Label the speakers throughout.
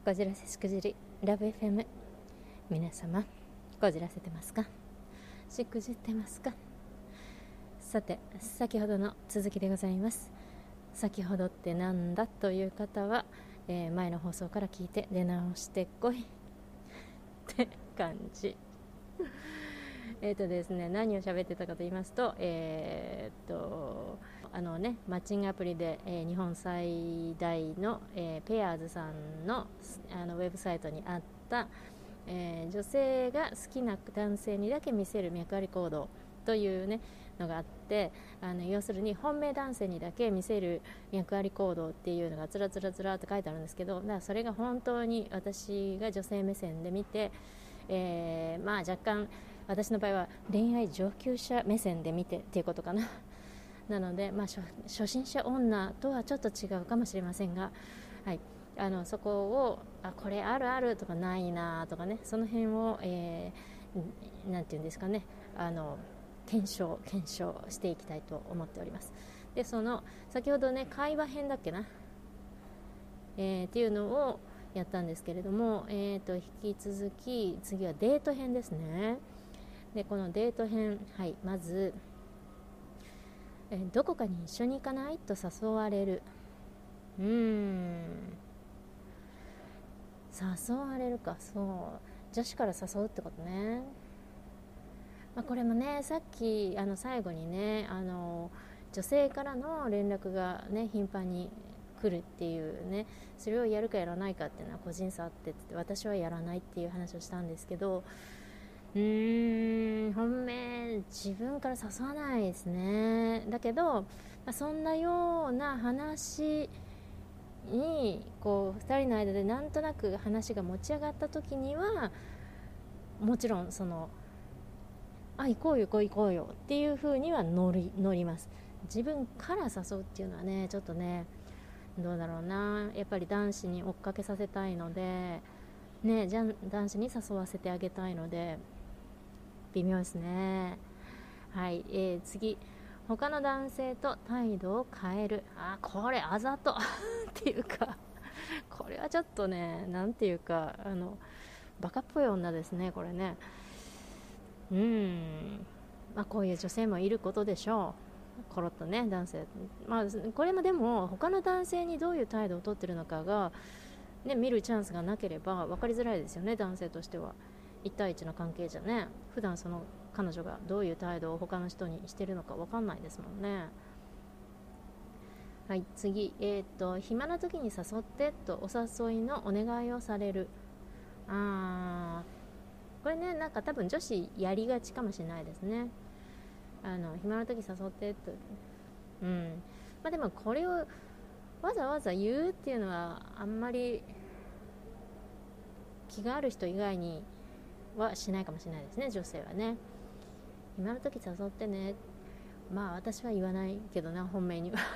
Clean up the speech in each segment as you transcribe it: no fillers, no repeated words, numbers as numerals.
Speaker 1: こじらせしくじりラブ FM、 皆様こじらせてますか？しくじってますか？さて、先ほどの続きでございます。先ほどってなんだという方は、前の放送から聞いて出直してこいって感じですね、何を喋ってたかと言いますと、マッチングアプリで、日本最大の、ペアーズさんの、ウェブサイトにあった、女性が好きな男性にだけ見せる脈あり行動というねのがあって、要するに本命男性にだけ見せる脈あり行動っていうのがつらつらつらって書いてあるんですけど、だからそれが本当に私が女性目線で見て、若干私の場合は恋愛上級者目線で見てっていうことかななので、初心者女とはちょっと違うかもしれませんが、はい、そこをこれあるあるとかないなとかね、その辺を、なんていうんですかね、検証していきたいと思っております。で、その先ほどね会話編だっけな、っていうのをやったんですけれども、引き続き次はデート編ですね。で、このデート編、はい、まず、どこかに一緒に行かないと誘われる。誘われるか、そう、女子から誘うってことね。これもね、さっき最後にね、女性からの連絡がね頻繁に来るっていうね、それをやるかやらないかっていうのは個人差あって私はやらないっていう話をしたんですけど、本命自分から誘わないですね。だけど、そんなような話にこう2人の間でなんとなく話が持ち上がった時には、もちろんその行こうよっていう風には乗ります。自分から誘うっていうのはね、ちょっとね、どうだろうな、やっぱり男子に追っかけさせたいのでね、じゃあ男子に誘わせてあげたいので微妙ですね。はい、次、他の男性と態度を変える。これあざとっていうか、これはちょっとね、なんていうか、バカっぽい女ですね、これね。こういう女性もいることでしょう。コロッとね、男性、これもでも他の男性にどういう態度をとってるのかが、ね、見るチャンスがなければ分かりづらいですよね、男性としては。1対1の関係じゃね、普段その彼女がどういう態度を他の人にしてるのか分かんないですもんね。はい、次、暇な時に誘ってとお誘いのお願いをされる。これね、なんか多分女子やりがちかもしれないですね。暇な時誘ってと、でもこれをわざわざ言うっていうのはあんまり気がある人以外にはしないかもしれないですね、女性はね。暇な時誘ってね、私は言わないけどな、本命には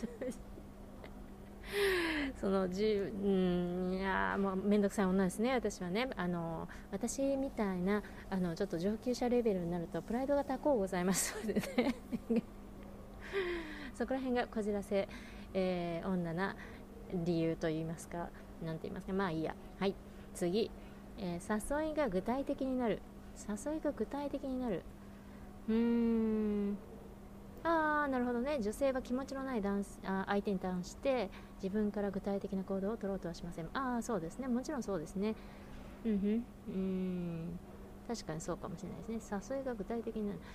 Speaker 1: そのいやもうめんどくさい女ですね、私はね。私みたいなちょっと上級者レベルになるとプライドが高うございますのでねそこら辺がこじらせ、女な理由と言いますか、なんて言いますか、いいや。はい、次、誘いが具体的になる。誘いが具体的になる。なるほどね。女性は気持ちのない相手に対して自分から具体的な行動を取ろうとはしません。そうですね、もちろんそうですね。確かにそうかもしれないですね。誘いが具体的になる。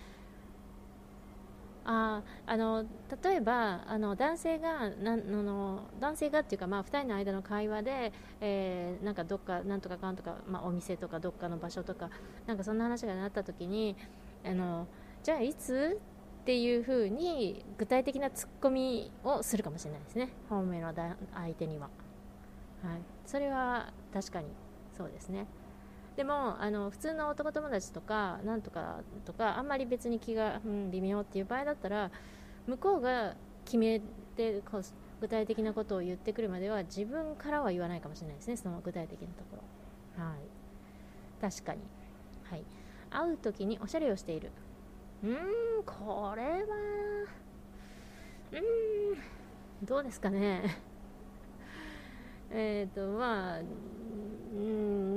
Speaker 1: 例えば男性がっていうか、2人の間の会話で、なんかどっかなんとかかんとか、お店とかどっかの場所とか、なんかそんな話がなった時に、じゃあいつっていう風に具体的なツッコミをするかもしれないですね、本命の相手には。はい、それは確かにそうですね。でも普通の男友達とかなんとかとか、あんまり別に気が、微妙っていう場合だったら、向こうが決めて具体的なことを言ってくるまでは自分からは言わないかもしれないですね、その具体的なところ。はい、確かに。はい、会う時におしゃれをしている。これはどうですかね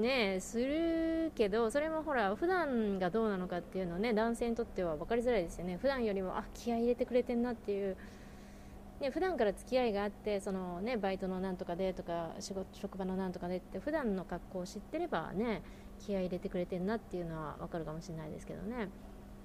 Speaker 1: ねするけど、それもほら普段がどうなのかっていうのね、男性にとっては分かりづらいですよね。普段よりも気合い入れてくれてんなっていう、ね、普段から付き合いがあって、そのねバイトのなんとかでとか職場のなんとかでって普段の格好を知ってればね、気合い入れてくれてんなっていうのは分かるかもしれないですけどね。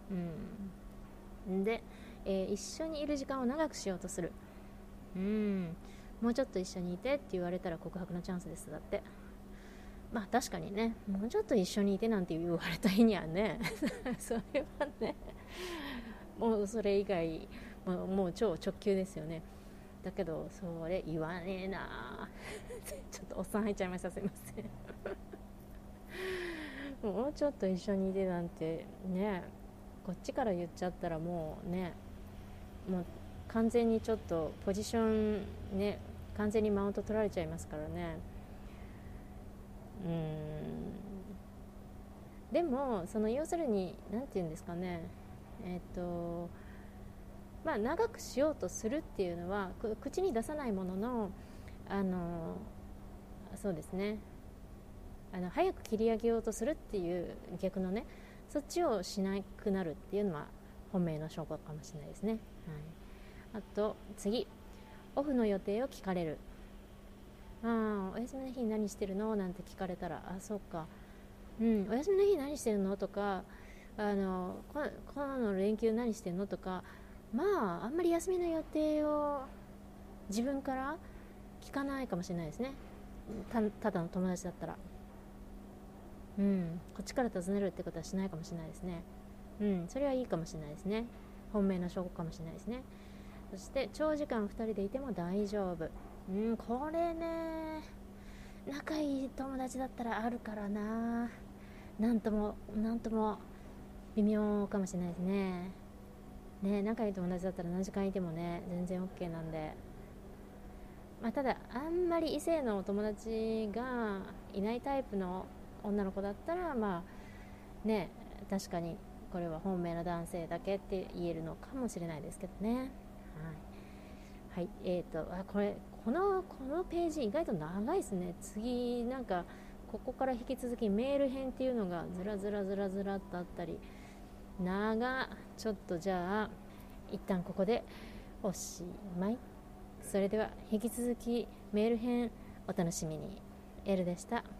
Speaker 1: で、一緒にいる時間を長くしようとする。もうちょっと一緒にいてって言われたら告白のチャンスです。だってまあ確かにね、もうちょっと一緒にいてなんて言われた日にはねそれはね、もうそれ以外もう超直球ですよね。だけどそれ言わねえなちょっとおっさん入っちゃいました、すいませんもうちょっと一緒にいてなんてね、こっちから言っちゃったらもうね、もう完全にちょっとポジションね、完全にマウント取られちゃいますからね。でもその要するに何て言うんですかね、長くしようとするっていうのは口に出さないものの、そうですね、早く切り上げようとするっていう逆のね、そっちをしなくなるっていうのは本命の証拠かもしれないですね。あと次、オフの予定を聞かれる。お休みの日に何してるのなんて聞かれたら、そうか、お休みの日何してるのとか、この連休何してるのとか、あんまり休みの予定を自分から聞かないかもしれないですね。ただの友達だったら、こっちから尋ねるってことはしないかもしれないですね。それはいいかもしれないですね。本命の証拠かもしれないですね。そして長時間2人でいても大丈夫。これね、仲いい友達だったらあるからな、なんとも微妙かもしれないですね。仲いい友達だったら何時間いてもね全然 OK なんで、ただあんまり異性のお友達がいないタイプの女の子だったら確かにこれは本命の男性だけって言えるのかもしれないですけどね。はい、このページ意外と長いですね。次ここから引き続きメール編っていうのがずらっとあったり、ちょっとじゃあ一旦ここでおしまい。それでは引き続きメール編お楽しみに。エルでした。